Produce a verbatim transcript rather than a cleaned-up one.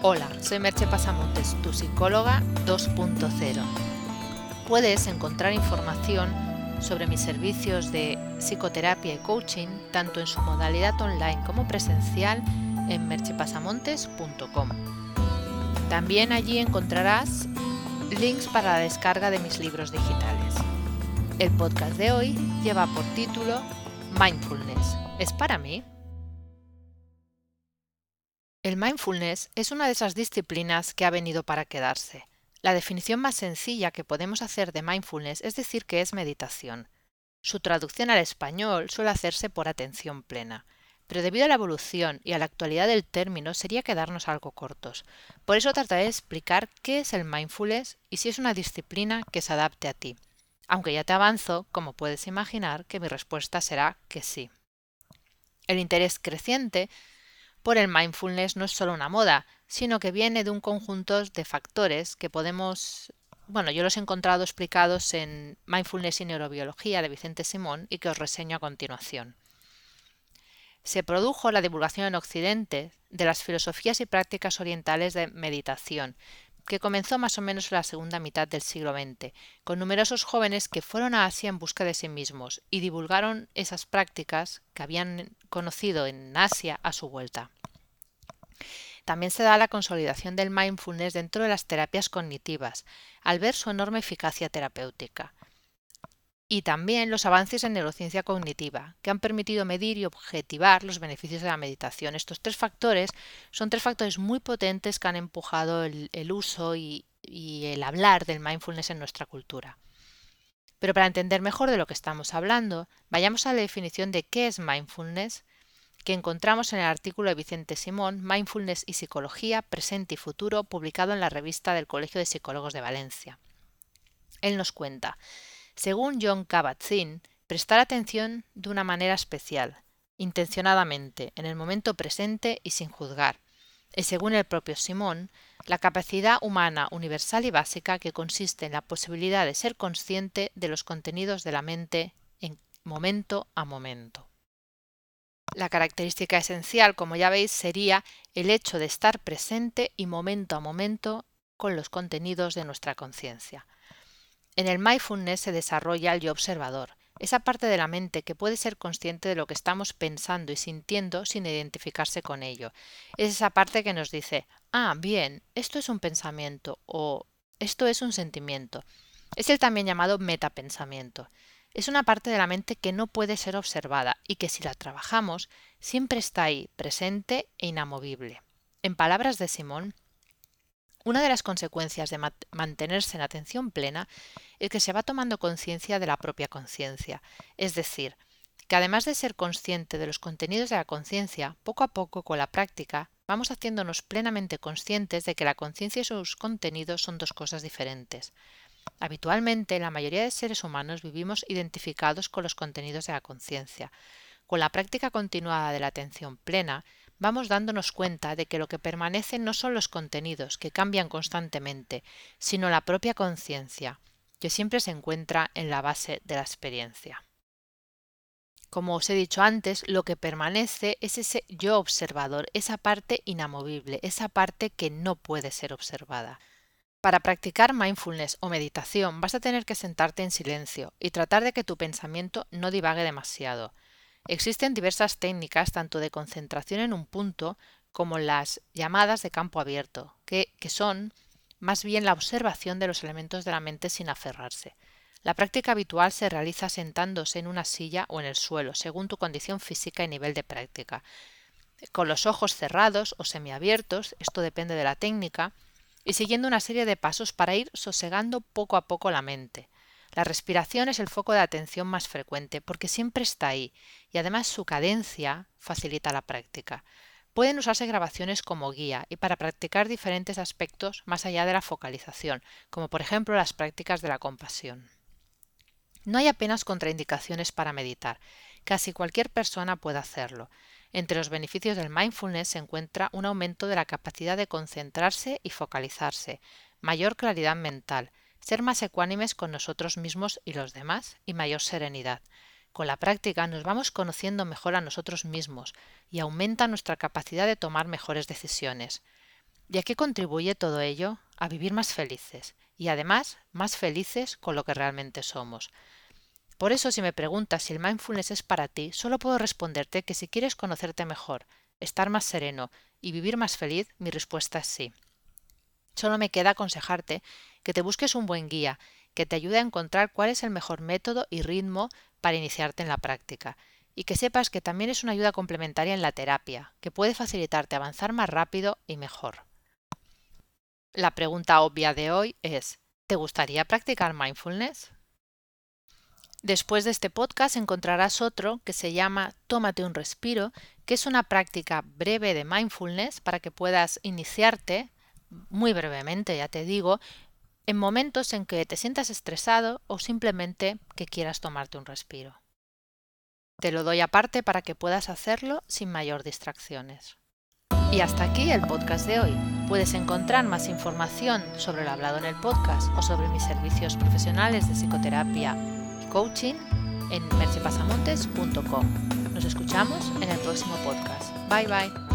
Hola, soy Merche Pasamontes, tu psicóloga dos punto cero. Puedes encontrar información sobre mis servicios de psicoterapia y coaching, tanto en su modalidad online como presencial, en merche pasamontes punto com. También allí encontrarás links para la descarga de mis libros digitales. El podcast de hoy lleva por título Mindfulness. ¿Es para mí? El mindfulness es una de esas disciplinas que ha venido para quedarse. La definición más sencilla que podemos hacer de mindfulness es decir que es meditación. Su traducción al español suele hacerse por atención plena, pero debido a la evolución y a la actualidad del término sería quedarnos algo cortos. Por eso trataré de explicar qué es el mindfulness y si es una disciplina que se adapte a ti. Aunque ya te avanzo, como puedes imaginar, que mi respuesta será que sí. El interés creciente por el mindfulness no es solo una moda, sino que viene de un conjunto de factores que podemos, bueno, yo los he encontrado explicados en Mindfulness y Neurobiología de Vicente Simón y que os reseño a continuación. Se produjo la divulgación en Occidente de las filosofías y prácticas orientales de meditación, que comenzó más o menos en la segunda mitad del siglo veinte, con numerosos jóvenes que fueron a Asia en busca de sí mismos y divulgaron esas prácticas que habían conocido en Asia a su vuelta. También se da la consolidación del mindfulness dentro de las terapias cognitivas, al ver su enorme eficacia terapéutica. Y también los avances en neurociencia cognitiva, que han permitido medir y objetivar los beneficios de la meditación. Estos tres factores son tres factores muy potentes que han empujado el, el uso y, y el hablar del mindfulness en nuestra cultura. Pero para entender mejor de lo que estamos hablando, vayamos a la definición de qué es mindfulness, que encontramos en el artículo de Vicente Simón, Mindfulness y Psicología, Presente y Futuro, publicado en la revista del Colegio de Psicólogos de Valencia. Él nos cuenta, según John Kabat-Zinn, prestar atención de una manera especial, intencionadamente, en el momento presente y sin juzgar. Y según el propio Simón, la capacidad humana universal y básica que consiste en la posibilidad de ser consciente de los contenidos de la mente en momento a momento. La característica esencial, como ya veis, sería el hecho de estar presente y momento a momento con los contenidos de nuestra conciencia. En el mindfulness se desarrolla el yo observador, esa parte de la mente que puede ser consciente de lo que estamos pensando y sintiendo sin identificarse con ello. Es esa parte que nos dice, ah, bien, esto es un pensamiento o esto es un sentimiento. Es el también llamado metapensamiento. Es una parte de la mente que no puede ser observada y que si la trabajamos siempre está ahí, presente e inamovible. En palabras de Simón, una de las consecuencias de mantenerse en atención plena es que se va tomando conciencia de la propia conciencia, es decir, que además de ser consciente de los contenidos de la conciencia, poco a poco con la práctica vamos haciéndonos plenamente conscientes de que la conciencia y sus contenidos son dos cosas diferentes. Habitualmente, la mayoría de seres humanos vivimos identificados con los contenidos de la conciencia. Con la práctica continuada de la atención plena, vamos dándonos cuenta de que lo que permanece no son los contenidos, que cambian constantemente, sino la propia conciencia, que siempre se encuentra en la base de la experiencia. Como os he dicho antes, lo que permanece es ese yo observador, esa parte inamovible, esa parte que no puede ser observada. Para practicar mindfulness o meditación vas a tener que sentarte en silencio y tratar de que tu pensamiento no divague demasiado. Existen diversas técnicas tanto de concentración en un punto como las llamadas de campo abierto, que, que son más bien la observación de los elementos de la mente sin aferrarse. La práctica habitual se realiza sentándose en una silla o en el suelo, según tu condición física y nivel de práctica. Con los ojos cerrados o semiabiertos, esto depende de la técnica, y siguiendo una serie de pasos para ir sosegando poco a poco la mente. La respiración es el foco de atención más frecuente porque siempre está ahí y además su cadencia facilita la práctica. Pueden usarse grabaciones como guía y para practicar diferentes aspectos más allá de la focalización, como por ejemplo las prácticas de la compasión. No hay apenas contraindicaciones para meditar. Casi cualquier persona puede hacerlo. Entre los beneficios del mindfulness se encuentra un aumento de la capacidad de concentrarse y focalizarse, mayor claridad mental, ser más ecuánimes con nosotros mismos y los demás y mayor serenidad. Con la práctica nos vamos conociendo mejor a nosotros mismos y aumenta nuestra capacidad de tomar mejores decisiones. ¿Y a qué contribuye todo ello? A vivir más felices y además más felices con lo que realmente somos. Por eso, si me preguntas si el mindfulness es para ti, solo puedo responderte que si quieres conocerte mejor, estar más sereno y vivir más feliz, mi respuesta es sí. Solo me queda aconsejarte que te busques un buen guía que te ayude a encontrar cuál es el mejor método y ritmo para iniciarte en la práctica, y que sepas que también es una ayuda complementaria en la terapia, que puede facilitarte avanzar más rápido y mejor. La pregunta obvia de hoy es, ¿te gustaría practicar mindfulness? Después de este podcast encontrarás otro que se llama Tómate un respiro, que es una práctica breve de mindfulness para que puedas iniciarte, muy brevemente ya te digo, en momentos en que te sientas estresado o simplemente que quieras tomarte un respiro. Te lo doy aparte para que puedas hacerlo sin mayor distracciones. Y hasta aquí el podcast de hoy. Puedes encontrar más información sobre lo hablado en el podcast o sobre mis servicios profesionales de psicoterapia y coaching en mercepasamontes punto com. Nos escuchamos en el próximo podcast. Bye bye.